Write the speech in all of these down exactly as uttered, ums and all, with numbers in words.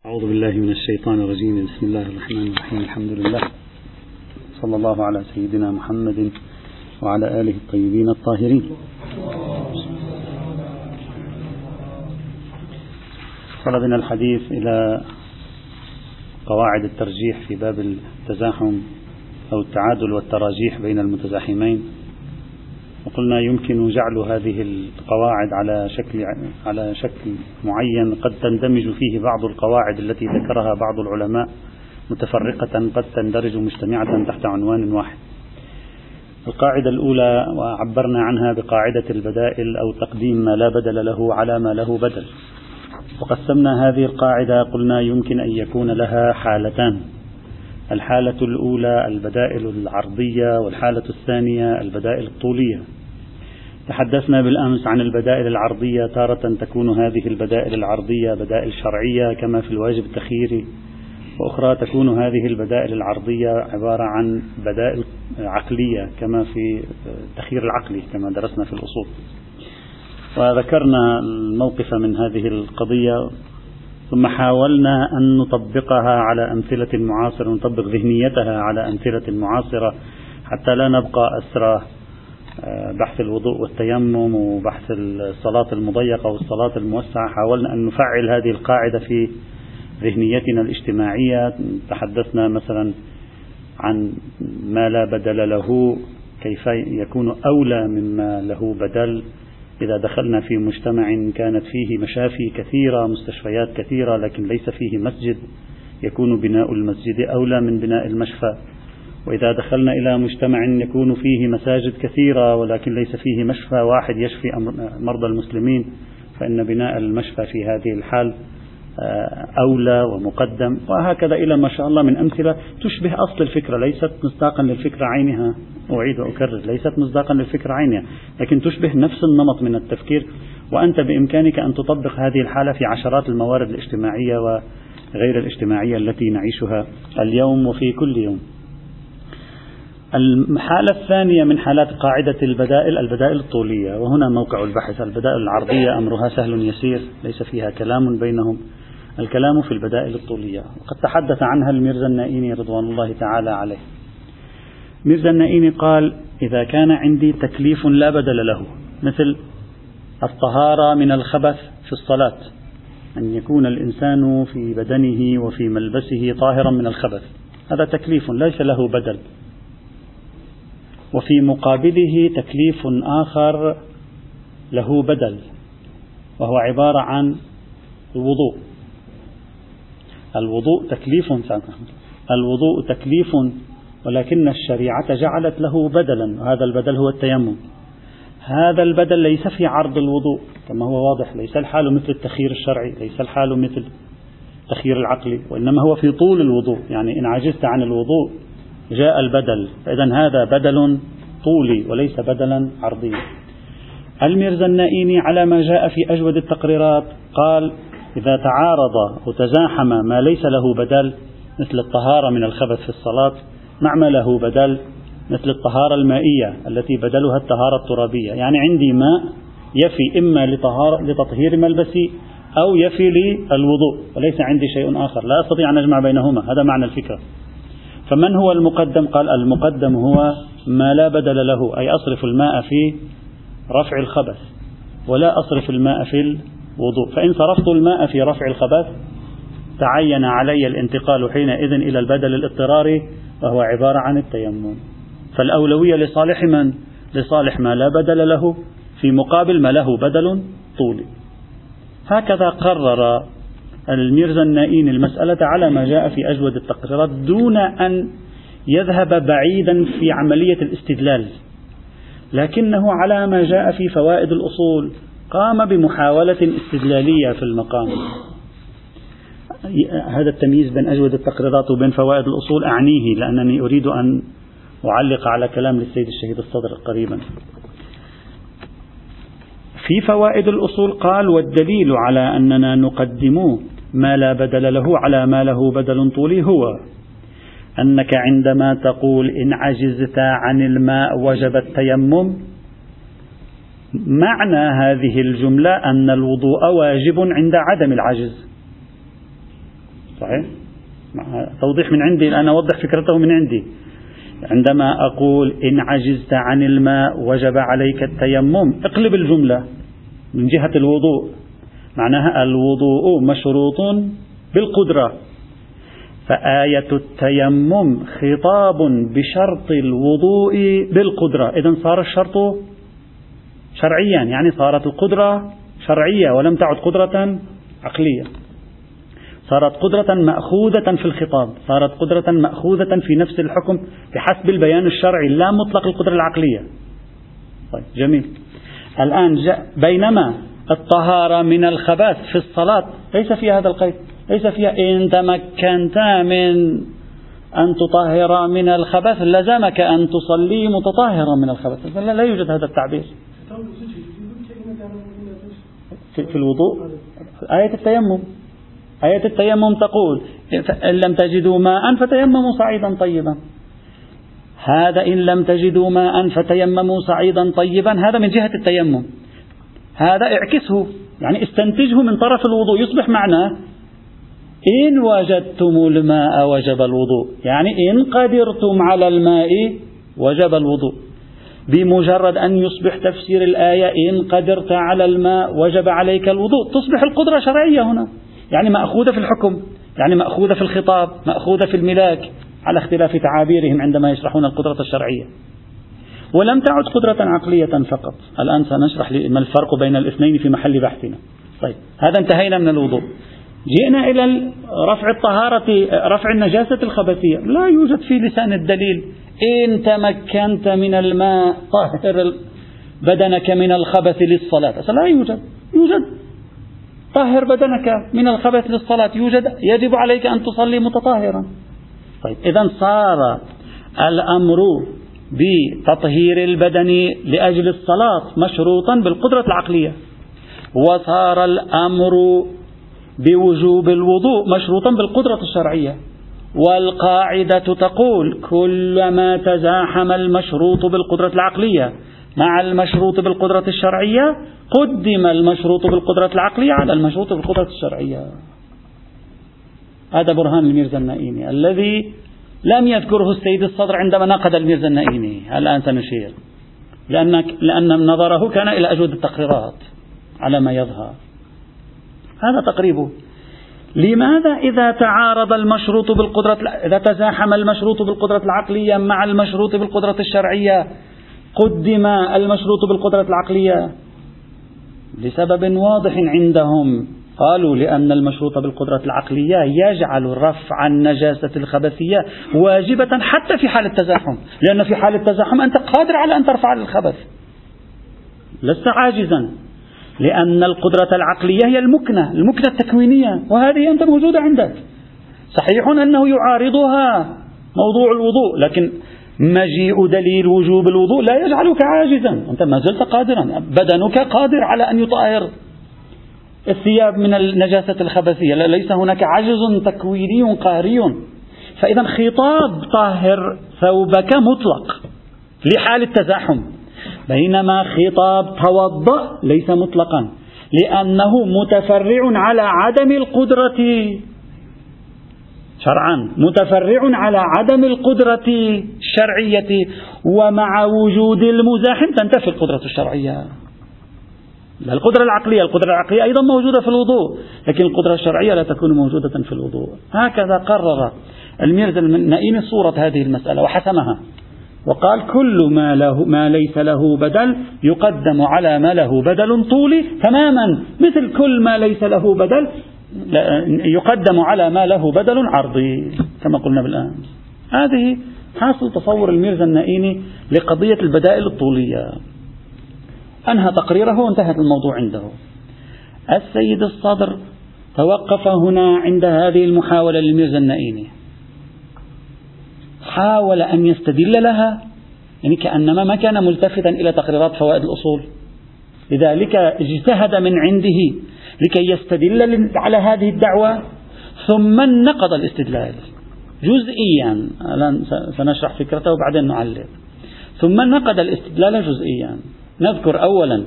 أعوذ بالله من الشيطان الرجيم. بسم الله الرحمن الرحيم. الحمد لله، صلى الله على سيدنا محمد وعلى آله الطيبين الطاهرين. وصل بنا الحديث إلى قواعد الترجيح في باب التزاحم أو التعادل والتراجيح بين المتزاحمين، وقلنا يمكن جعل هذه القواعد على شكل على شكل معين قد تندمج فيه بعض القواعد التي ذكرها بعض العلماء متفرقة، قد تندرج مجتمعة تحت عنوان واحد. القاعدة الأولى وعبرنا عنها بقاعدة البدائل أو تقديم ما لا بدل له على ما له بدل، وقسمنا هذه القاعدة قلنا يمكن أن يكون لها حالتان: الحالة الأولى البدائل العرضية، والحالة الثانية البدائل الطولية. تحدثنا بالأمس عن البدائل العرضية، تارة تكون هذه البدائل العرضية بدائل شرعية كما في الواجب التخييري، وأخرى تكون هذه البدائل العرضية عبارة عن بدائل عقلية كما في التخيير العقلي كما درسنا في الأصول. وذكرنا الموقف من هذه القضية، ثم حاولنا أن نطبقها على أمثلة معاصرة، نطبق ذهنيتها على أمثلة معاصرة حتى لا نبقى أسرى بحث الوضوء والتيمم وبحث الصلاة المضيقة والصلاة الموسعة. حاولنا أن نفعل هذه القاعدة في ذهنيتنا الاجتماعية. تحدثنا مثلا عن ما لا بدل له، كيف يكون أولى مما له بدل. إذا دخلنا في مجتمع كانت فيه مشافي كثيرة، مستشفيات كثيرة، لكن ليس فيه مسجد، يكون بناء المسجد أولى من بناء المشفى. وإذا دخلنا إلى مجتمع يكون فيه مساجد كثيرة ولكن ليس فيه مشفى واحد يشفي مرضى المسلمين، فإن بناء المشفى في هذه الحال أولى ومقدم، وهكذا إلى ما شاء الله من أمثلة تشبه أصل الفكرة، ليست مصداقا للفكرة عينها. أعيد وأكرر، ليست مصداقا للفكرة عينها، لكن تشبه نفس النمط من التفكير، وأنت بإمكانك أن تطبق هذه الحالة في عشرات الموارد الاجتماعية وغير الاجتماعية التي نعيشها اليوم وفي كل يوم. الحالة الثانية من حالات قاعدة البدائل البدائل الطولية، وهنا موقع البحث. البدائل العرضية أمرها سهل يسير، ليس فيها كلام بينهم. الكلام في البدائل الطولية، وقد تحدث عنها الميرزا النائيني رضوان الله تعالى عليه. ميرزا النائيني قال: إذا كان عندي تكليف لا بدل له، مثل الطهارة من الخبث في الصلاة، أن يكون الإنسان في بدنه وفي ملبسه طاهرا من الخبث، هذا تكليف ليس له بدل. وفي مقابله تكليف آخر له بدل، وهو عبارة عن الوضوء. الوضوء تكليف الوضوء تكليف ولكن الشريعة جعلت له بدلا، وهذا البدل هو التيمم. هذا البدل ليس في عرض الوضوء كما هو واضح، ليس الحال مثل التخيير الشرعي، ليس الحال مثل التخيير العقلي، وإنما هو في طول الوضوء. يعني إن عجزت عن الوضوء جاء البدل، فإذا هذا بدل طولي وليس بدلا عرضيا. الميرزا النائيني على ما جاء في أجود التقريرات قال: إذا تعارض وتزاحم ما ليس له بدل مثل الطهارة من الخبث في الصلاة مع ما له بدل مثل الطهارة المائية التي بدلها الطهارة الترابية، يعني عندي ماء يفي إما لتطهير ملبسي أو يفي للوضوء وليس عندي شيء آخر، لا أستطيع أن أجمع بينهما، هذا معنى الفكرة. فمن هو المقدم؟ قال: المقدم هو ما لا بدل له، أي أصرف الماء في رفع الخبث ولا أصرف الماء في الوضوء. فإن صرفت الماء في رفع الخبث تعين علي الانتقال حينئذ إلى البدل الاضطراري، وهو عبارة عن التيمم. فالأولوية لصالح من؟ لصالح ما لا بدل له في مقابل ما له بدل طولي. هكذا قرر الميرزا النائيني المسألة على ما جاء في أجود التقريرات، دون أن يذهب بعيدا في عملية الاستدلال، لكنه على ما جاء في فوائد الأصول قام بمحاولة استدلالية في المقام. هذا التمييز بين أجود التقريرات وبين فوائد الأصول أعنيه، لأنني أريد أن أعلق على كلام للسيد الشهيد الصدر قريبا. في فوائد الأصول قال: والدليل على أننا نقدم ما لا بدل له على ما له بدل طولي هو أنك عندما تقول إن عجزت عن الماء وجب التيمم، معنى هذه الجملة أن الوضوء واجب عند عدم العجز. صحيح؟ توضيح من عندي، أنا أوضح فكرته من عندي. عندما أقول إن عجزت عن الماء وجب عليك التيمم، اقلب الجملة من جهة الوضوء، معناها الوضوء مشروط بالقدرة، فآية التيمم خطاب بشرط الوضوء بالقدرة. إذن صار الشرط شرعيا، يعني صارت القدرة شرعية ولم تعد قدرة عقلية، صارت قدرة مأخوذة في الخطاب، صارت قدرة مأخوذة في نفس الحكم بحسب البيان الشرعي، لا مطلق القدرة العقلية. طيب جميل. الآن جاء بينما الطهارة من الخبث في الصلاة ليس فيها هذا القيد، ليس فيها إن تمكنت من أن تطهر من الخبث لزمك أن تصلي متطهرا من الخبث، لا, لا يوجد هذا التعبير في, في الوضوء. آية التيمم، آية التيمم تقول إن لم تجدوا ماء فتيمموا صعيدا طيبا. هذا إن لم تجدوا ماء فتيمموا صعيدا طيبا، هذا من جهة التيمم، هذا اعكسه، يعني استنتجه من طرف الوضوء، يصبح معناه إن وجدتم الماء وجب الوضوء، يعني إن قدرتم على الماء وجب الوضوء. بمجرد أن يصبح تفسير الآية إن قدرت على الماء وجب عليك الوضوء، تصبح القدرة شرعية هنا، يعني مأخوذة في الحكم، يعني مأخوذة في الخطاب، مأخوذة في الملاك، على اختلاف تعابيرهم عندما يشرحون القدرة الشرعية. ولم تعد قدرة عقلية فقط. الآن سنشرح ما الفرق بين الاثنين في محل بحثنا. طيب هذا انتهينا من الوضوء، جئنا إلى رفع الطهارة، رفع النجاسة الخبثية. لا يوجد في لسان الدليل إن تمكنت من الماء طهر بدنك من الخبث للصلاة، لا يوجد. يوجد طهر بدنك من الخبث للصلاة، يوجد يجب عليك أن تصلي متطهرا. طيب إذن صار الأمر بتطهير البدن لأجل الصلاة مشروطا بالقدرة العقلية، وصار الأمر بوجوب الوضوء مشروطا بالقدرة الشرعية. والقاعدة تقول كلما تزاحم المشروط بالقدرة العقلية مع المشروط بالقدرة الشرعية قدم المشروط بالقدرة العقلية على المشروط بالقدرة الشرعية. هذا برهان الميرزا النائيني الذي لم يذكره السيد الصدر عندما نقد الميرزا النائيني. الآن سنشير، لأن لأن نظره كان إلى أجود التقريرات على ما يظهر. هذا تقريبه. لماذا إذا تعارض المشروط بالقدرة، إذا تزاحم المشروط بالقدرة العقلية مع المشروط بالقدرة الشرعية قدم المشروط بالقدرة العقلية؟ لسبب واضح عندهم، قالوا لأن المشروط بالقدرة العقلية يجعل رفع النجاسة الخبثية واجبة حتى في حال التزاحم، لأن في حال التزاحم أنت قادر على أن ترفع الخبث، لست عاجزا، لأن القدرة العقلية هي المكنة، المكنة التكوينية، وهذه أنت موجودة عندك. صحيح أنه يعارضها موضوع الوضوء، لكن مجيء دليل وجوب الوضوء لا يجعلك عاجزا، أنت ما زلت قادرا، بدنك قادر على أن يطهر الثياب من النجاسة الخبثية، ليس هناك عجز تكويني قهري. فإذا خطاب طهر ثوبك مطلق لحال التزاحم، بينما خطاب توضأ ليس مطلقا لأنه متفرع على عدم القدرة شرعا، متفرع على عدم القدرة الشرعية، ومع وجود المزاحم تنتفي القدرة الشرعية. القدرة العقلية، القدرة العقلية أيضا موجودة في الوضوء، لكن القدرة الشرعية لا تكون موجودة في الوضوء. هكذا قرر الميرزا النائيني صورة هذه المسألة وحسمها، وقال كل ما, له ما ليس له بدل يقدم على ما له بدل طولي تماما، مثل كل ما ليس له بدل يقدم على ما له بدل عرضي كما قلنا بالأمس. هذه حاصل تصور الميرزا النائيني لقضية البدائل الطولية. أنهى تقريره وانتهت الموضوع عنده. السيد الصدر توقف هنا عند هذه المحاولة للميرزا النائيني، حاول أن يستدل لها، يعني كأنما ما كان ملتفتا إلى تقريرات فوائد الأصول، لذلك اجتهد من عنده لكي يستدل على هذه الدعوة، ثم نقض الاستدلال جزئيا. الآن سنشرح فكرته وبعدين نعلق. ثم نقض الاستدلال جزئيا. نذكر أولا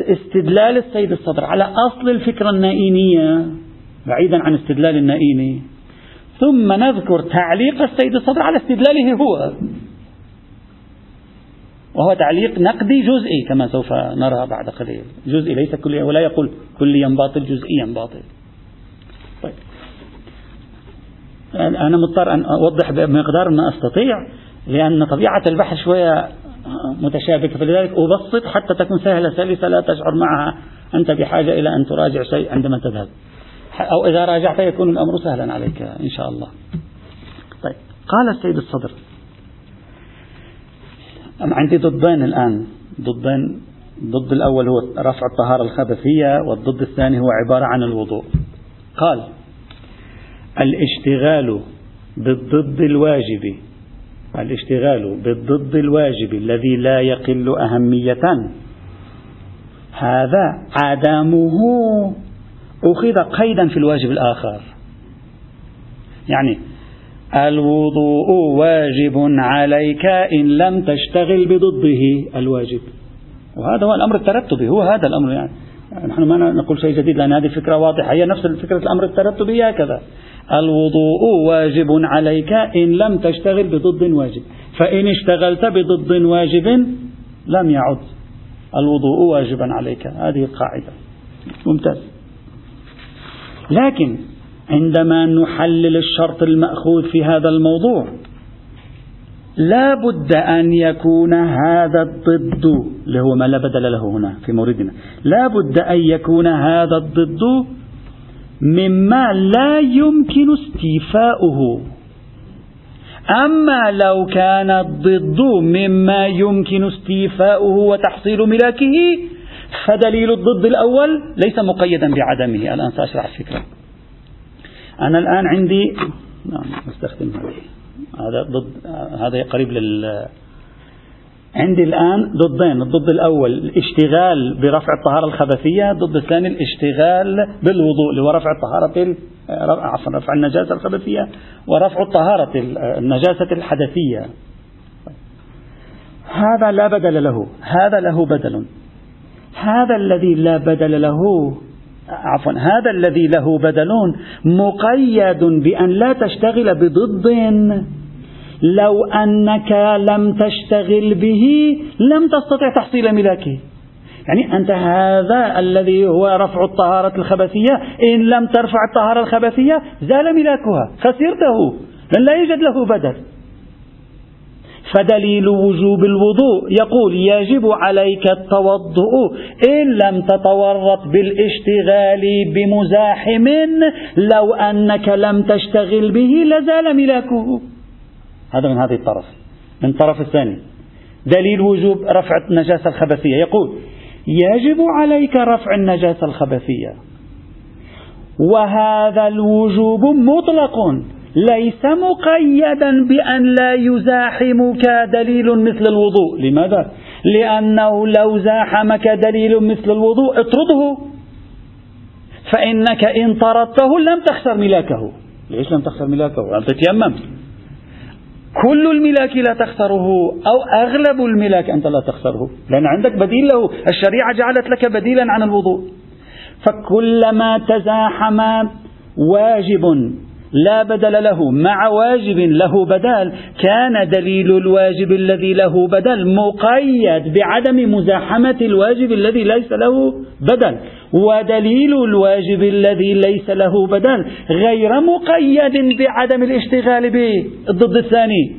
استدلال السيد الصدر على أصل الفكرة النائينية بعيدا عن استدلال النائيني. ثم نذكر تعليق السيد الصدر على استدلاله هو، وهو تعليق نقدي جزئي كما سوف نرى بعد قليل، جزئي ليس كلي، ولا يقول كليا باطل جزئيا باطل. طيب أنا مضطر أن أوضح بمقدار ما أستطيع، لأن طبيعة البحث شوية متشابكة، فلذلك أبسط حتى تكون سهلة سلسة لا تشعر معها أنت بحاجة إلى أن تراجع شيء عندما تذهب، أو إذا راجعت يكون الأمر سهلا عليك إن شاء الله. طيب قال السيد الصدر، عندي ضدين الآن، ضدين، ضد الأول هو رفع الطهارة الخبثية، والضد الثاني هو عبارة عن الوضوء. قال الاشتغال بالضد الواجب، الاشتغال بالضد الواجب الذي لا يقل أهمية، هذا عدمه أخذ قيدا في الواجب الآخر. يعني الوضوء واجب عليك إن لم تشتغل بضده الواجب، وهذا هو الأمر الترتبي، هو هذا الأمر. يعني نحن ما نقول شيء جديد لأن هذه فكرة واضحة، هي نفس فكرة الأمر الترتبي هكذا. الوضوء واجب عليك إن لم تشتغل بضد واجب، فإن اشتغلت بضد واجب لم يعد الوضوء واجبا عليك. هذه القاعدة ممتاز. لكن عندما نحلل الشرط المأخوذ في هذا الموضوع لا بد أن يكون هذا الضد اللي هو ما لا بدل له هنا في موردنا، لا بد أن يكون هذا الضد مما لا يمكن استيفاؤه. أما لو كان الضد مما يمكن استيفاؤه وتحصيل ملاكه فدليل الضد الأول ليس مقيدا بعدمه. الآن سأشرح الفكرة. أنا الآن عندي نعم استخدم هذه، هذا ضد، هذا قريب لل عندي الآن ضدين، الضد الأول الاشتغال برفع الطهارة الخبثية، الضد الثاني الاشتغال بالوضوء اللي هو رفع الطهارة عفوا رفع النجاسة الخبثية ورفع الطهارة النجاسة الحدثية. هذا لا بدل له، هذا له بدل. هذا الذي لا بدل له عفوا هذا الذي له بدلون مقيد بأن لا تشتغل بضد، لو أنك لم تشتغل به لم تستطع تحصيل ملاكه. يعني أنت هذا الذي هو رفع الطهارة الخبثية إن لم ترفع الطهارة الخبثية زال ملاكها، خسرته لأن لا يوجد له بدل. فدليل وجوب الوضوء يقول يجب عليك التوضؤ إن لم تتورط بالاشتغال بمزاحم، لو أنك لم تشتغل به لزال ملاكه. هذا من هذه الطرف. من الطرف الثاني دليل وجوب رفع النجاسة الخبثية يقول يجب عليك رفع النجاسة الخبثية، وهذا الوجوب مطلق ليس مقيدا بأن لا يزاحمك دليل مثل الوضوء. لماذا؟ لأنه لو زاحمك دليل مثل الوضوء اطرده، فإنك إن طردته لم تخسر ملاكه. ليش لم تخسر ملاكه؟ أنت تتيمم، كل الملاك لا تخسره أو أغلب الملاك أنت لا تخسره، لأن عندك بديل له، الشريعة جعلت لك بديلا عن الوضوء. فكلما تزاحم واجب لا بدل له مع واجب له بدل، كان دليل الواجب الذي له بدل مقيد بعدم مزاحمة الواجب الذي ليس له بدل، ودليل الواجب الذي ليس له بدل غير مقيد بعدم الاشتغال به الضد الثاني.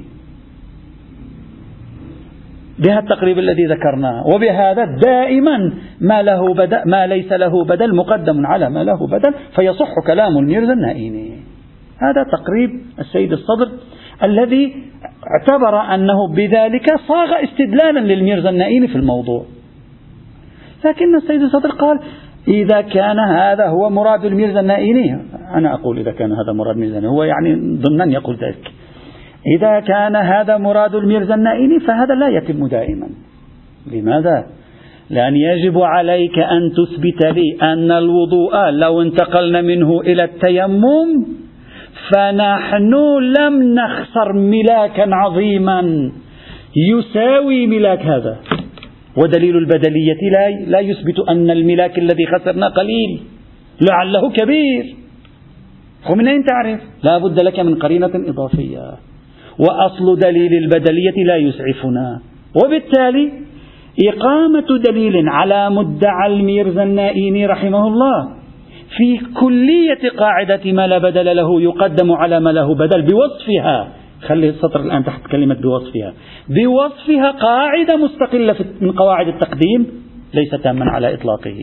بهذا التقريب الذي ذكرناه، وبهذا دائما ما له بدل ما ليس له بدل مقدم على ما له بدل، فيصح كلام الميرزا النائيني. هذا تقريب السيد الصدر الذي اعتبر أنه بذلك صاغ استدلالا للميرزا النائيني في الموضوع. لكن السيد الصدر قال إذا كان هذا هو مراد الميرزا النائيني، أنا أقول إذا كان هذا مراد الميرزا النائيني، هو يعني ضمن يقول ذلك، إذا كان هذا مراد الميرزا النائيني فهذا لا يتم دائما. لماذا؟ لأن يجب عليك أن تثبت لي أن الوضوء لو انتقلنا منه إلى التيمم فنحن لم نخسر ملاكا عظيما يساوي ملاك هذا، ودليل البدلية لا لا يثبت أن الملاك الذي خسرنا قليل، لعله كبير. ومن أين تعرف؟ لا بد لك من قرينة إضافية، وأصل دليل البدلية لا يسعفنا، وبالتالي إقامة دليل على مدعى الميرزا النائيني رحمه الله في كلية قاعدة ما لا بدل له يقدم على ما له بدل بوصفها، خلي السطر الآن تحت كلمة بوصفها، بوصفها قاعدة مستقلة من قواعد التقديم ليس تاما على إطلاقه.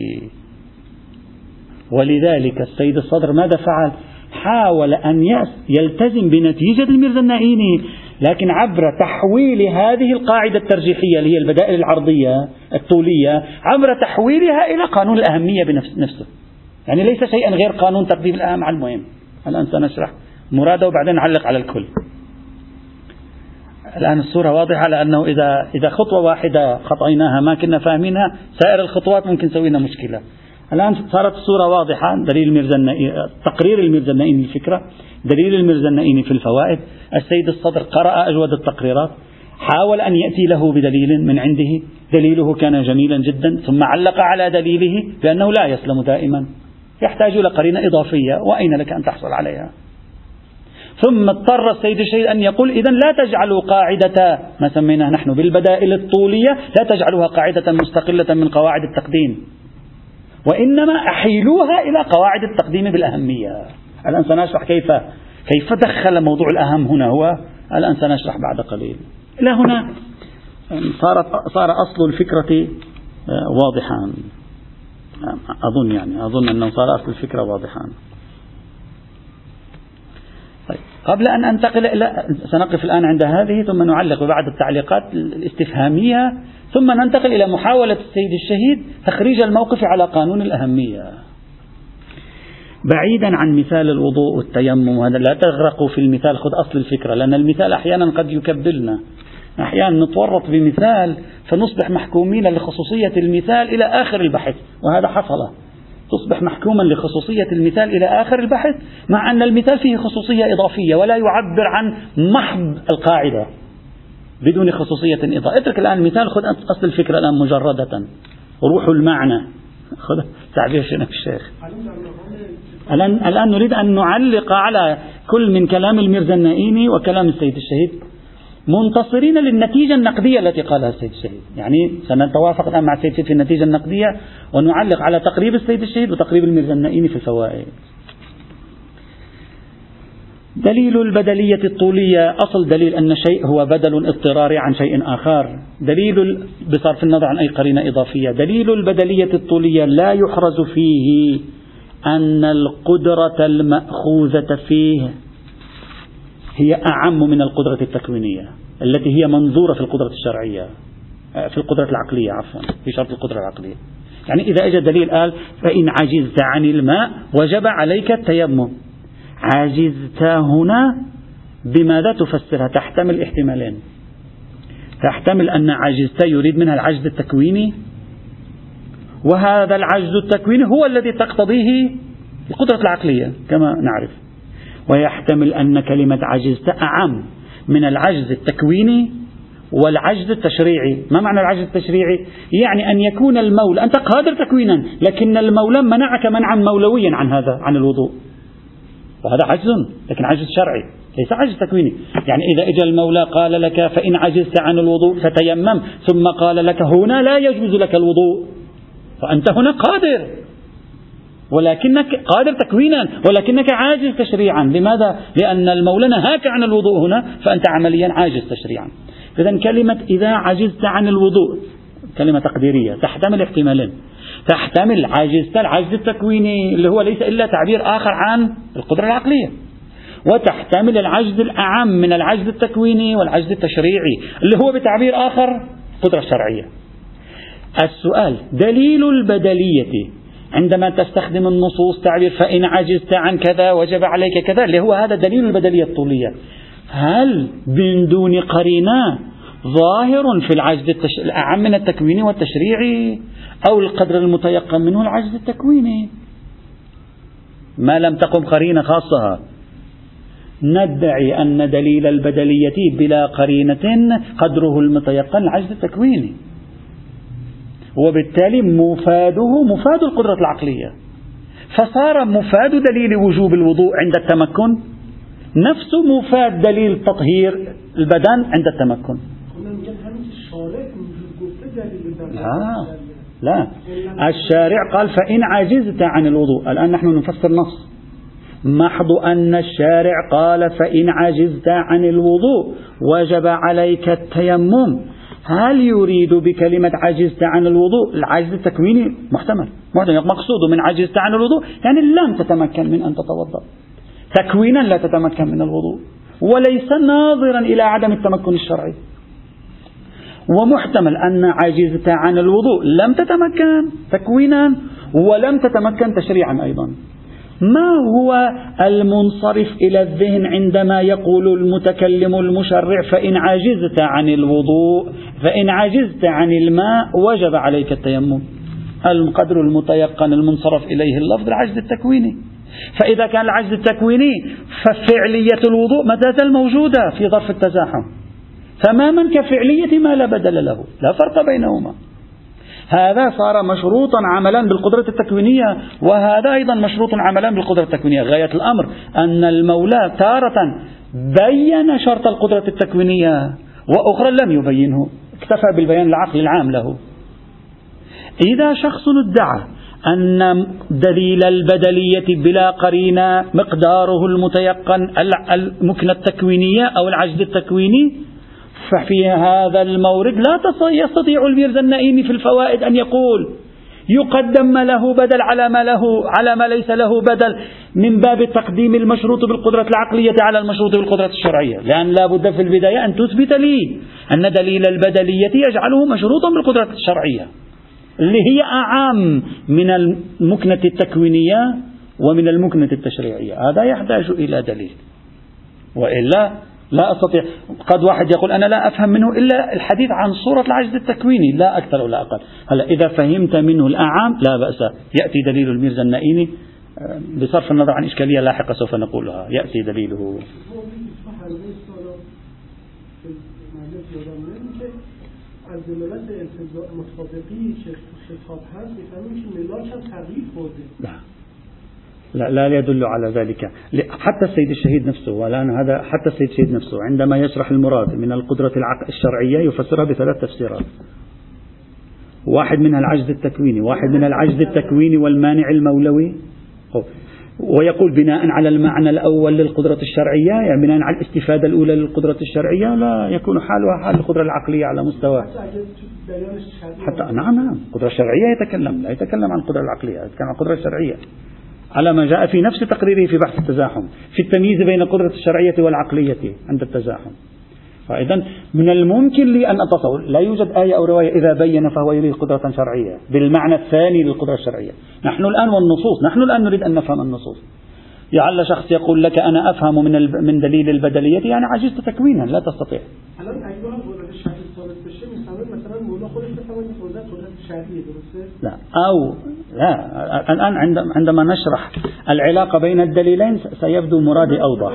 ولذلك السيد الصدر ماذا فعل؟ حاول أن يلتزم بنتيجة الميرزا النائيني، لكن عبر تحويل هذه القاعدة الترجيحية اللي هي البدائل العرضية الطولية، عبر تحويلها إلى قانون الأهمية بنفسه. يعني ليس شيئا غير قانون تقديم الأهم على المهم. الآن سنشرح مراده وبعدين نعلق على الكل. الآن الصورة واضحة، لأنه إذا إذا خطوة واحدة خطأناها ما كنا فاهمينها، سائر الخطوات ممكن سوينا مشكلة. الآن صارت الصورة واضحة. دليل الميرزا النائيني، تقرير الميرزا النائيني الفكرة، دليل الميرزا النائيني في الفوائد. السيد الصدر قرأ أجود التقريرات، حاول أن يأتي له بدليل من عنده، دليله كان جميلا جدا، ثم علق على دليله بأنه لا يسلم دائما، يحتاج إلى قرينة إضافية، وأين لك أن تحصل عليها؟ ثم اضطر السيد الشهيد أن يقول إذن لا تجعلوا قاعدة ما سميناها نحن بالبدائل الطولية، لا تجعلوها قاعدة مستقلة من قواعد التقديم، وإنما أحيلوها إلى قواعد التقديم بالأهمية. الآن سنشرح كيف كيف دخل موضوع الأهم هنا، هو الآن سنشرح بعد قليل. إلى هنا صارت صار أصل الفكرة واضحا، أظن يعني أظن أنه صار أصل الفكرة واضحا. طيب، قبل أن أنتقل إلى، سنقف الآن عند هذه ثم نعلق ببعض التعليقات الاستفهامية، ثم ننتقل إلى محاولة السيد الشهيد تخريج الموقف على قانون الأهمية. بعيدا عن مثال الوضوء والتيمم، هذا لا تغرقوا في المثال، خذ أصل الفكرة، لأن المثال أحيانا قد يكبلنا، أحيانا نتورط بمثال فنصبح محكومين لخصوصية المثال إلى آخر البحث، وهذا حصل، تصبح محكوما لخصوصية المثال إلى آخر البحث، مع أن المثال فيه خصوصية إضافية ولا يعبر عن محض القاعدة بدون خصوصية إضافية. اترك الآن المثال، خذ أصل الفكرة الآن مجردة، روح المعنى، خذ تعبير شنو الشيخ. الآن الآن نريد أن نعلق على كل من كلام الميرزا النائيني وكلام السيد الشهيد، منتصرين للنتيجة النقدية التي قالها السيد الشهيد. يعني سنتوافق الآن مع السيد الشهيد في النتيجة النقدية، ونعلق على تقريب السيد الشهيد وتقريب الميرزا النائيني في الفوائد. دليل البدلية الطولية، أصل دليل أن شيء هو بدل اضطراري عن شيء آخر، دليل بصرف النظر عن أي قرينة إضافية. دليل البدلية الطولية لا يحرز فيه أن القدرة المأخوذة فيه هي أعم من القدرة التكوينية التي هي منظورة في القدرة الشرعية، في القدرة العقلية عفوا، في شرط القدرة العقلية. يعني إذا أجى دليل قال فإن عجزت عن الماء وجب عليك التيمم، عجزت هنا بماذا تفسرها؟ تحتمل احتمالين، تحتمل أن عجزت يريد منها العجز التكويني، وهذا العجز التكويني هو الذي تقتضيه القدرة العقلية كما نعرف، ويحتمل أن كلمة عجزت أعم من العجز التكويني والعجز التشريعي. ما معنى العجز التشريعي؟ يعني أن يكون المولى، أنت قادر تكوينا لكن المولى منعك منعا مولويا عن هذا، عن الوضوء، وهذا عجز، لكن عجز شرعي ليس عجز تكويني. يعني إذا إجا المولى قال لك فإن عجزت عن الوضوء فتيمم، ثم قال لك هنا لا يجوز لك الوضوء، فأنت هنا قادر، ولكنك قادر تكوينا ولكنك عاجز تشريعا. لماذا؟ لأن المولى نهاك عن الوضوء هنا، فأنت عمليا عاجز تشريعا. إذن كلمة إذا عجزت عن الوضوء كلمة تقديرية تحتمل احتمالين، تحتمل عجزت العجز التكويني اللي هو ليس إلا تعبير آخر عن القدرة العقلية، وتحتمل العجز الأعم من العجز التكويني والعجز التشريعي اللي هو بتعبير آخر القدرة الشرعية. السؤال دليل البدلية عندما تستخدم النصوص تعبير فإن عجزت عن كذا وجب عليك كذا اللي هو هذا دليل البدلية الطولية، هل من دون قرينة ظاهر في العجز التش... الأعم من التكويني والتشريعي، أو القدر المتيقن منه العجز التكويني؟ ما لم تقم قرينة خاصة ندعي أن دليل البدلية بلا قرينة قدره المتيقن العجز التكويني، وبالتالي مفاده مفاد القدرة العقلية. فصار مفاد دليل وجوب الوضوء عند التمكن نفس مفاد دليل تطهير البدن عند التمكن. لا لا، الشارع قال فإن عجزت عن الوضوء. الآن نحن نفسر نص، محض أن الشارع قال فإن عجزت عن الوضوء وجب عليك التيمم، هل يريد بكلمة عجزت عن الوضوء العجز التكويني؟ محتمل، مقصود من عجزت عن الوضوء يعني لم تتمكن من أن تتوضأ، تكوينا لا تتمكن من الوضوء، وليس ناظرا إلى عدم التمكن الشرعي. ومحتمل أن عجزت عن الوضوء لم تتمكن تكوينا ولم تتمكن تشريعا أيضا. ما هو المنصرف إلى الذهن عندما يقول المتكلم المشرع فإن عجزت عن الوضوء فإن عجزت عن الماء وجب عليك التيمم؟ القدر المتيقن المنصرف إليه اللفظ العجز التكويني. فإذا كان العجز التكويني ففعلية الوضوء ما تزال موجودة في ظرف التزاحم تماما كفعلية ما لا بدل له، لا فرق بينهما. هذا صار مشروطا عملا بالقدرة التكوينية، وهذا أيضا مشروط عملا بالقدرة التكوينية. غاية الأمر أن المولى تارة بين شرط القدرة التكوينية وأخرى لم يبينه، اكتفى بالبيان العقلي العام له. إذا شخص ادعى أن دليل البدلية بلا قرينة مقداره المتيقن المكنة التكوينية أو العجز التكويني، ففي هذا المورد لا يستطيع الميرزا النائمي في الفوائد أن يقول يقدم ما له بدل على ما له على ما ليس له بدل من باب تقديم المشروط بالقدرة العقلية على المشروط بالقدرة الشرعية، لأن لا بد في البداية أن تثبت لي أن دليل البدلية يجعله مشروطا بالقدرة الشرعية اللي هي أعم من المكنة التكوينية ومن المكنة التشريعية. هذا يحتاج إلى دليل، وإلا لا أستطيع. قد واحد يقول أنا لا أفهم منه إلا الحديث عن صورة العجز التكويني، لا أكثر ولا أقل. هلا إذا فهمت منه الأعام لا بأس، يأتي دليل الميرزا النائمي بصرف النظر عن إشكالية لاحقة سوف نقولها، يأتي دليله. لا لا يدل على ذلك. حتى السيد الشهيد نفسه، والآن هذا حتى السيد الشهيد نفسه عندما يشرح المراد من القدرة الشرعية يفسرها بثلاث تفسيرات، واحد منها العجز التكويني، واحد من العجز التكويني والمانع المولوي، ويقول بناء على المعنى الأول للقدرة الشرعية، يعني بناء على الاستفادة الأولى للقدرة الشرعية لا يكون حالها حال القدرة العقلية على مستوى. حتى نعم نعم القدرة الشرعية يتكلم، لا يتكلم عن القدرة العقلية، يتكلم عن القدرة الشرعية على ما جاء في نفس تقريره في بحث التزاحم في التمييز بين القدرة الشرعية والعقلية عند التزاحم. فإذا من الممكن لي أن أتصور لا يوجد آية أو رواية إذا بين فهو يريد قدرة شرعية بالمعنى الثاني للقدرة الشرعية. نحن الآن والنصوص، نحن الآن نريد أن نفهم النصوص. لعل شخص يقول لك أنا أفهم من من دليل البدلية يعني عجزت تكوينا لا تستطيع. لا أو لا الآن عندما نشرح العلاقة بين الدليلين سيبدو مرادي أوضح.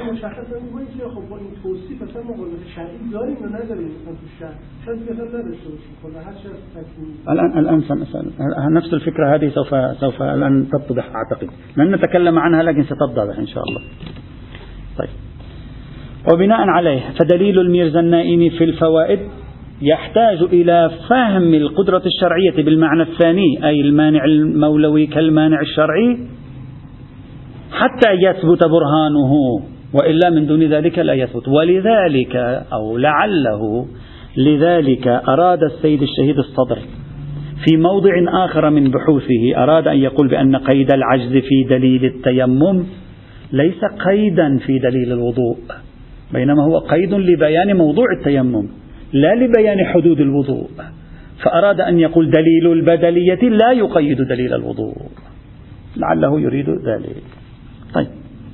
الآن الآن نفس الفكرة هذه سوف سوف الآن تتضح أعتقد، لن نتكلم عنها لكن ستتضح إن شاء الله. طيب، وبناء عليه فدليل الميرزا النائمي في الفوائد يحتاج إلى فهم القدرة الشرعية بالمعنى الثاني أي المانع المولوي كالمانع الشرعي حتى يثبت برهانه، وإلا من دون ذلك لا يثبت. ولذلك أو لعله لذلك أراد السيد الشهيد الصدر في موضع آخر من بحوثه أراد أن يقول بأن قيد العجز في دليل التيمم ليس قيدا في دليل الوضوء، بينما هو قيد لبيان موضوع التيمم لا لبيان حدود الوضوء. فأراد أن يقول دليل البدلية لا يقيد دليل الوضوء، لعله يريد ذلك. طيب،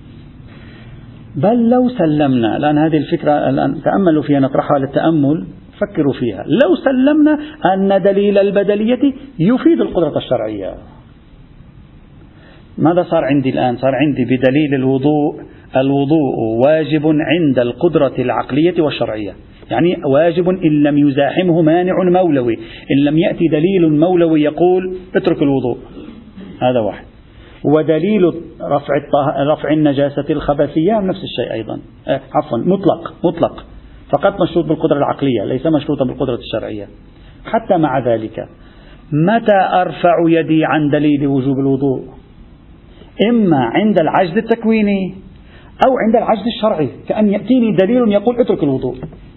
بل لو سلمنا الآن هذه الفكرة الآن تأملوا فيها، نطرحها للتأمل، فكروا فيها. لو سلمنا أن دليل البدلية يفيد القدرة الشرعية، ماذا صار عندي الآن؟ صار عندي بدليل الوضوء الوضوء واجب عند القدرة العقلية والشرعية، يعني واجب إن لم يزاحمه مانع مولوي، إن لم يأتي دليل مولوي يقول اترك الوضوء، هذا واحد. ودليل رفع رفع النجاسة الخبثية نفس الشيء أيضا، أه عفوا مطلق مطلق فقط مشروط بالقدرة العقلية ليس مشروطا بالقدرة الشرعية. حتى مع ذلك متى أرفع يدي عن دليل وجوب الوضوء؟ إما عند العجز التكويني أو عند العجز الشرعي، كأن يأتيني دليل يقول اترك الوضوء،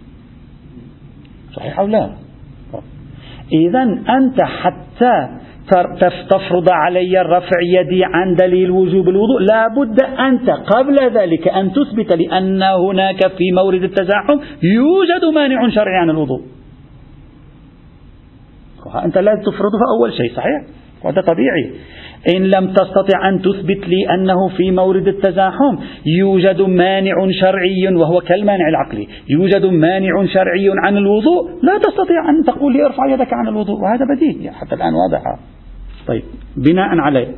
صحيح أو لا؟ إذن أنت حتى تفرض علي رفع يدي عن دليل وجوب الوضوء لا بد أنت قبل ذلك أن تثبت لأن هناك في مورد التزاحم يوجد مانع شرعي عن الوضوء. أنت لا تفرضها أول شيء، صحيح؟ وهذا طبيعي. إن لم تستطع أن تثبت لي أنه في مورد التزاحم يوجد مانع شرعي وهو كالمانع العقلي، يوجد مانع شرعي عن الوضوء، لا تستطيع أن تقول لي ارفع يدك عن الوضوء، وهذا بديهي حتى الآن واضحة. طيب بناء عليه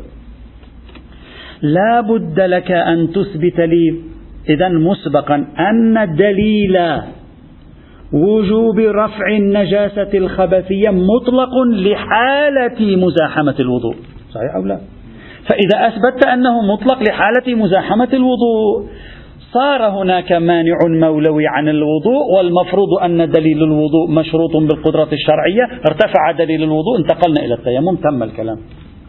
لا بد لك أن تثبت لي إذن مسبقا أن دليل وجوب رفع النجاسة الخبثية مطلق لحالة مزاحمة الوضوء، صحيح أو لا؟ فإذا أثبتت أنه مطلق لحالة مزاحمة الوضوء صار هناك مانع مولوي عن الوضوء، والمفروض أن دليل الوضوء مشروط بالقدرة الشرعية، ارتفع دليل الوضوء انتقلنا إلى التيمم، تم الكلام.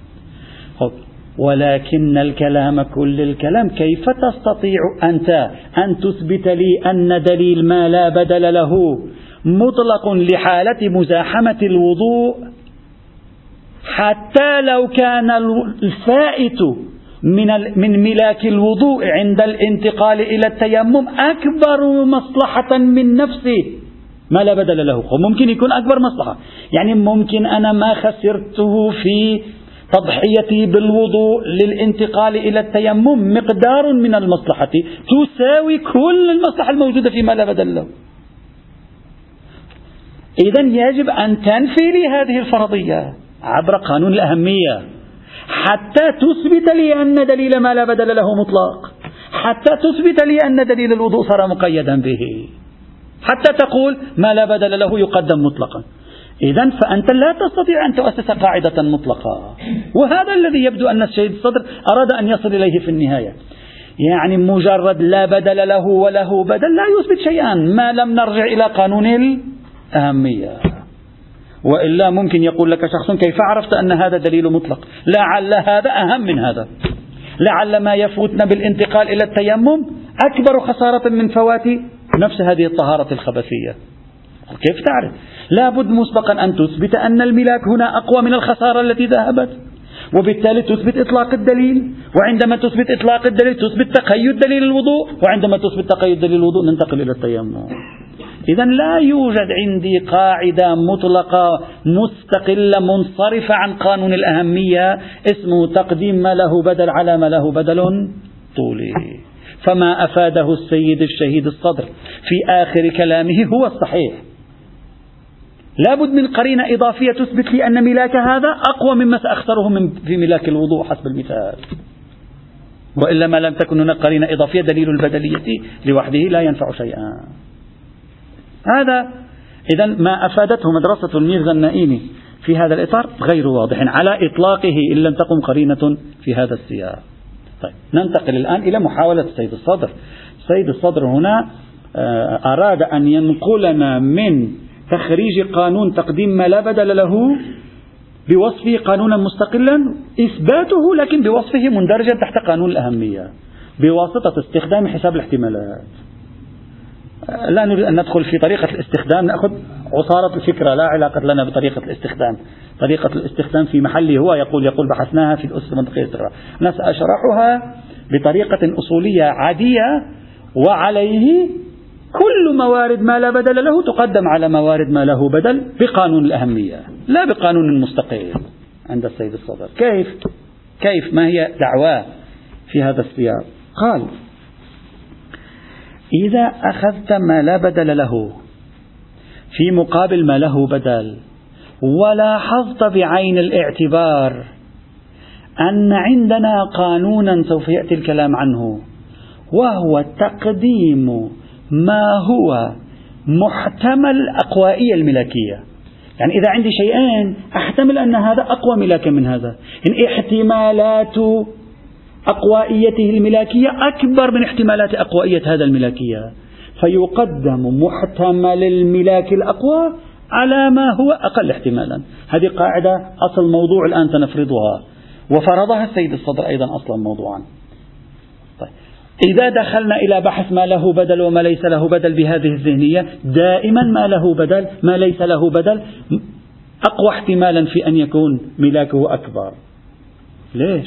ولكن الكلام كل الكلام كيف تستطيع أنت أن تثبت لي أن دليل ما لا بدل له مطلق لحالة مزاحمة الوضوء حتى لو كان الفائت من من ملاك الوضوء عند الانتقال إلى التيمم أكبر مصلحة من نفسه ما لا بدل له؟ ممكن يكون أكبر مصلحة، يعني ممكن أنا ما خسرته في تضحيتي بالوضوء للانتقال إلى التيمم مقدار من المصلحة تساوي كل المصلحة الموجودة فيما لا بدل له. إذن يجب أن تنفي لي هذه الفرضية عبر قانون الأهمية حتى تثبت لي أن دليل ما لا بدل له مطلق، حتى تثبت لي أن دليل الوضوء صار مقيدا به، حتى تقول ما لا بدل له يقدم مطلقا. إذن فأنت لا تستطيع أن تؤسس قاعدة مطلقة، وهذا الذي يبدو أن السيد الصدر أراد أن يصل إليه في النهاية. يعني مجرد لا بدل له وله بدل لا يثبت شيئا ما لم نرجع إلى قانون الأهمية. وإلا ممكن يقول لك شخص كيف عرفت أن هذا دليل مطلق؟ لعل هذا أهم من هذا، لعل ما يفوتنا بالانتقال إلى التيمم أكبر خسارة من فوات نفس هذه الطهارة الخبثية. كيف تعرف؟ لابد مسبقا أن تثبت أن الملاك هنا أقوى من الخسارة التي ذهبت، وبالتالي تثبت إطلاق الدليل، وعندما تثبت إطلاق الدليل تثبت تقيد دليل الوضوء، وعندما تثبت تقيد دليل الوضوء ننتقل إلى التيمم. إذن لا يوجد عندي قاعدة مطلقة مستقلة منصرفة عن قانون الأهمية اسمه تقديم ما له بدل على ما له بدل طولي. فما أفاده السيد الشهيد الصدر في آخر كلامه هو الصحيح. لابد من قرينة إضافية تثبت لي أن ملاك هذا أقوى مما سأخسره من في ملاك الوضوء حسب المثال، وإلا ما لم تكن هناك قرينة إضافية دليل البدلية لوحده لا ينفع شيئا. هذا إذن ما أفادته مدرسة الميرزا النائيني في هذا الإطار غير واضح على إطلاقه إن لم تقم قرينة في هذا السياق. طيب ننتقل الآن إلى محاولة السيد الصدر. السيد الصدر هنا أراد أن ينقلنا من تخريج قانون تقديم ما لا بدل له بوصفه قانونا مستقلا إثباته، لكن بوصفه مندرجا تحت قانون الأهمية بواسطة استخدام حساب الاحتمالات. لا نريد أن ندخل في طريقة الاستخدام، نأخذ عصارة الفكرة، لا علاقة لنا بطريقة الاستخدام. طريقة الاستخدام في محله هو يقول يقول بحثناها في الأسس المنطقية الاستقرار. أنا سأشرحها بطريقة أصولية عادية، وعليه كل موارد ما لا بدل له تقدم على موارد ما له بدل بقانون الأهمية لا بقانون مستقل عند السيد الصدر. كيف؟ كيف؟ ما هي دعواه في هذا السياق؟ قال: إذا أخذت ما لا بدل له في مقابل ما له بدل، ولاحظت بعين الاعتبار أن عندنا قانونا سوف يأتي الكلام عنه، وهو تقديم ما هو محتمل أقوائية الملاكية. يعني إذا عندي شيئين أحتمل أن هذا أقوى ملاكا من هذا، إن احتمالات أقوائيته الملاكية أكبر من احتمالات أقوائية هذا الملاكية، فيقدم محتمل الملاك الأقوى على ما هو أقل احتمالا. هذه قاعدة أصل موضوع الآن سنفرضها، وفرضها السيد الصدر أيضا أصلا موضوعا. طيب، إذا دخلنا إلى بحث ما له بدل وما ليس له بدل بهذه الذهنية، دائما ما له بدل ما ليس له بدل أقوى احتمالا في أن يكون ملاكه أكبر. ليش؟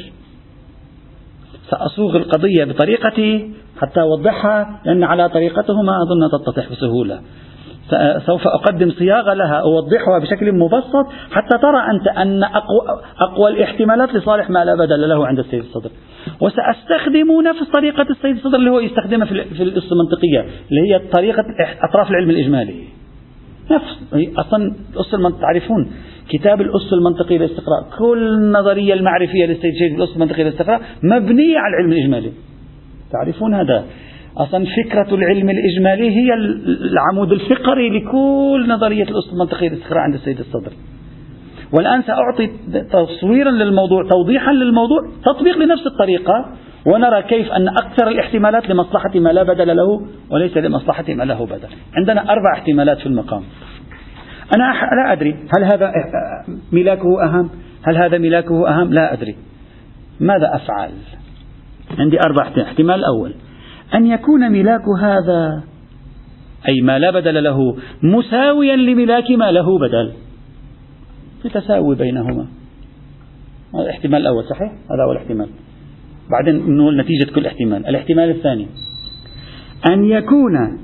سأصوغ القضية بطريقتي حتى أوضحها، لأن على طريقته ما أظن تتضح بسهولة. سوف أقدم صياغة لها أوضحها بشكل مبسط حتى ترى أنت أن أقوى, أقوى الاحتمالات لصالح ما لا بدل له عند السيد الصدر. وسأستخدم نفس طريقة السيد الصدر اللي هو يستخدمها في الأس المنطقية، اللي هي طريقة أطراف العلم الإجمالي. نفس أصلا الأس المنطقي، تعرفون كتاب الأس المنطقي للاستقراء، كل النظرية المعرفية للسيد الشهيد بالأس المنطقي للاستقراء مبنية على العلم الإجمالي. تعرفون هذا؟ أصلا فكرة العلم الإجمالي هي العمود الفقري لكل نظرية الأس المنطقي للاستقراء عند السيد الصدر. والآن سأعطي تصويرا للموضوع، توضيحا للموضوع، تطبيق لنفس الطريقة، ونرى كيف أن أكثر الاحتمالات لمصلحة ما لا بدل له وليس لمصلحة ما له بدل. عندنا أربع احتمالات في المقام. أنا لا أدري هل هذا ملاكه أهم، هل هذا ملاكه أهم، لا أدري. ماذا أفعل؟ عندي أربع احتمال. احتمال الأول أن يكون ملاك هذا أي ما لا بدل له مساويا لملاك ما له بدل، في تساوي بينهما. هذا الاحتمال الأول صحيح، هذا هو الاحتمال. بعدين نقول نتيجة كل احتمال. الاحتمال الثاني أن يكون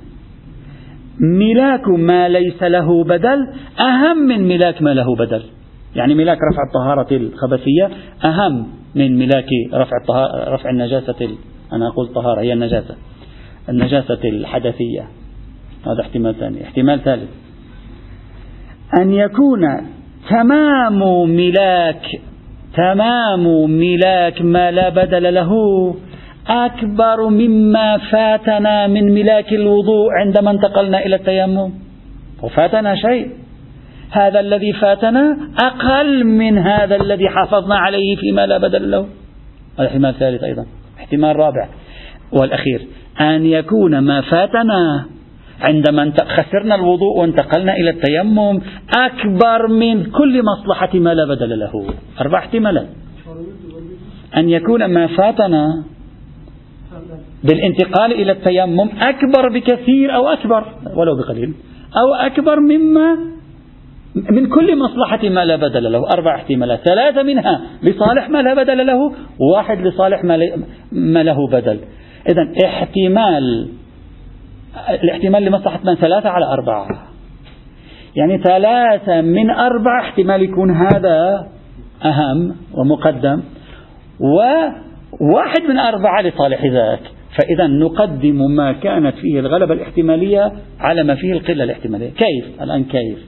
ملاك ما ليس له بدل أهم من ملاك ما له بدل، يعني ملاك رفع الطهارة الخبثية أهم من ملاك رفع الطهارة رفع النجاسة ال... أنا أقول طهارة هي النجاسة النجاسة الحدثية. هذا احتمال ثاني. احتمال ثالث أن يكون تمام ملاك تمام ملاك ما لا بدل له أكبر مما فاتنا من ملاك الوضوء عندما انتقلنا إلى التيمم. وفاتنا شيء، هذا الذي فاتنا أقل من هذا الذي حافظنا عليه فيما لا بدل له. هذا احتمال ثالث أيضا. احتمال رابع والأخير أن يكون ما فاتنا عندما خسرنا الوضوء وانتقلنا إلى التيمم أكبر من كل مصلحة ما لا بدل له. أربع احتمالات. أن يكون ما فاتنا بالانتقال إلى التيمم أكبر بكثير أو أكبر ولو بقليل أو أكبر مما من كل مصلحة ما لا بدل له. أربع احتمالات، ثلاثة منها لصالح ما لا بدل له، وواحد لصالح ما له بدل. إذن احتمال الاحتمال لمصلحة من ثلاثة على أربعة، يعني ثلاثة من أربعة احتمال يكون هذا أهم ومقدم، وواحد من أربعة لصالح ذاك. فإذا نقدم ما كانت فيه الغلبة الاحتمالية على ما فيه القلة الاحتمالية. كيف؟ الآن كيف؟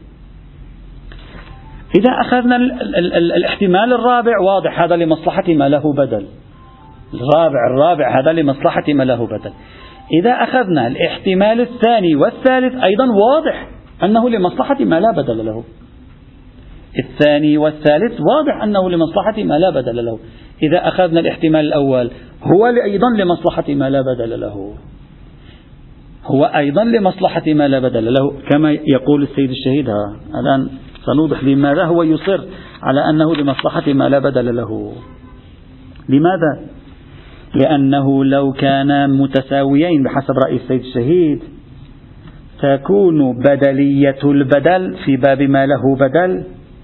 إذا أخذنا ال ال ال الاحتمال الرابع واضح، هذا لمصلحة ما له بدل. الرابع الرابع هذا لمصلحة ما له بدل. إذا أخذنا الاحتمال الثاني والثالث أيضا واضح أنه لمصلحة ما لا بدل له. الثاني والثالث واضح أنه لمصلحة ما لا بدل له. إذا أخذنا الاحتمال الأول هو أيضا لمصلحة ما لا بدل له، هو أيضا لمصلحة ما لا بدل له كما يقول السيد الشهيد. الآن سنوضح لماذا هو يصر على أنه لمصلحة ما لا بدل له. لماذا؟ لأنه لو كان متساويين بحسب رأي السيد الشهيد تكون بدلية البدل في باب ما له بدل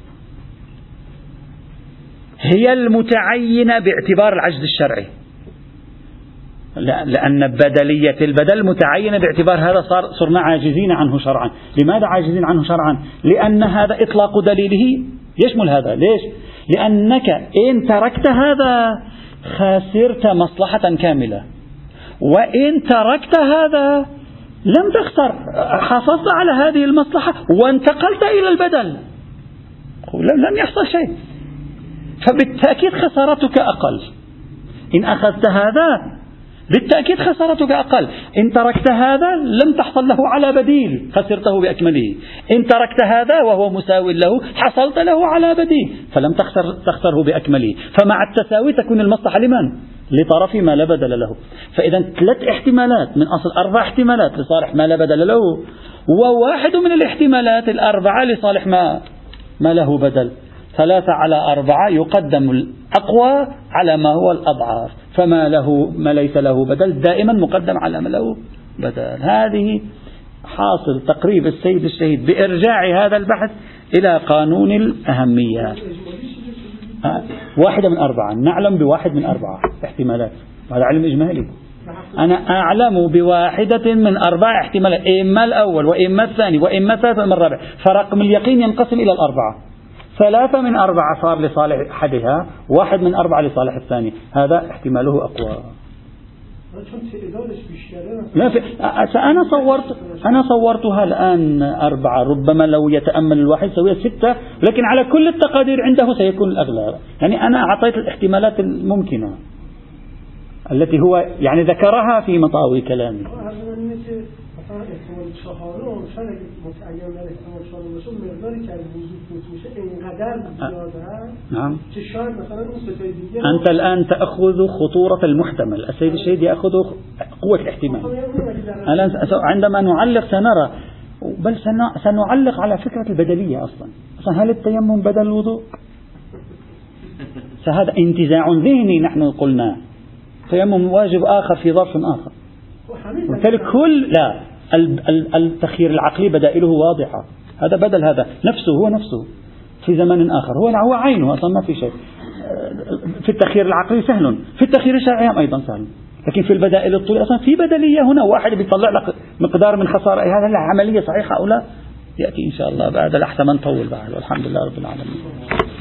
هي المتعينة باعتبار العجز الشرعي، لأن بدلية البدل متعينة باعتبار هذا صار صرنا عاجزين عنه شرعا. لماذا عاجزين عنه شرعا؟ لأن هذا إطلاق دليله يشمل هذا. ليش؟ لأنك إن تركت هذا خسرت مصلحة كاملة، وإن تركت هذا لم تخسر، حافظت على هذه المصلحة وانتقلت إلى البدل، لم يحصل شيء. فبالتأكيد خسارتك أقل. إن أخذت هذا بالتأكيد خسارتك أقل. إن تركت هذا لم تحصل له على بديل، خسرته بأكمله. إن تركت هذا وهو مساوي له حصلت له على بديل، فلم تخسر تخسره بأكمله. فمع التساوي تكون المصلحة لمن؟ لطرف ما لا بدل له. فإذا ثلاث احتمالات من أصل أربع احتمالات لصالح ما لا بدل له، وواحد من الاحتمالات الأربعة لصالح ما ما له بدل. ثلاثة على أربعة يقدم الأقوى على ما هو الأضعف، فما له ما ليس له بدل دائما مقدم على ما له بدل. هذه حاصل تقريب السيد الشهيد بإرجاع هذا البحث إلى قانون الأهمية. واحدة من أربعة، نعلم بواحد من أربعة احتمالات، هذا علم إجمالي. أنا أعلم بواحدة من أربع احتمالات، إما الأول وإما الثاني وإما الثالث وإما الرابع، فرقم اليقين ينقسم إلى الأربعة. ثلاثة من أربعة صار لصالح أحدها، واحد من أربعة لصالح الثاني، هذا احتماله أقوى. لا في أنا صورت أنا صورتها الآن أربعة، ربما لو يتأمل الواحد سوية ستة، لكن على كل التقادير عنده سيكون الأغلب. يعني أنا أعطيت الاحتمالات الممكنة التي هو يعني ذكرها في مطاوي كلامي. نعم. أنت الآن تأخذ خطورة المحتمل، السيد الشهيد يأخذ قوة الاحتمال. عندما نعلق سنرى، بل سنعلق على فكرة البدلية أصلا. أصلا هل التيمم بدل الوضوء؟ فهذا انتزاع ذهني نحن قلنا، تيمم واجب آخر في ظرف آخر. وبالتالي كل لا التخيير العقلي بدائله واضحة، هذا بدل هذا نفسه هو نفسه في زمن آخر، هو هو عينه أصلا ما في شيء. في التخيير العقلي سهل، في التخيير الشرعي أيضا سهل، لكن في البدائل الطولية أصلا في بدلية هنا، واحد بيطلع لك مقدار من خسارة، هذا العملية صحيحة أو لا؟ يأتي إن شاء الله بعد الأحسن نطول بعد، والحمد لله رب العالمين.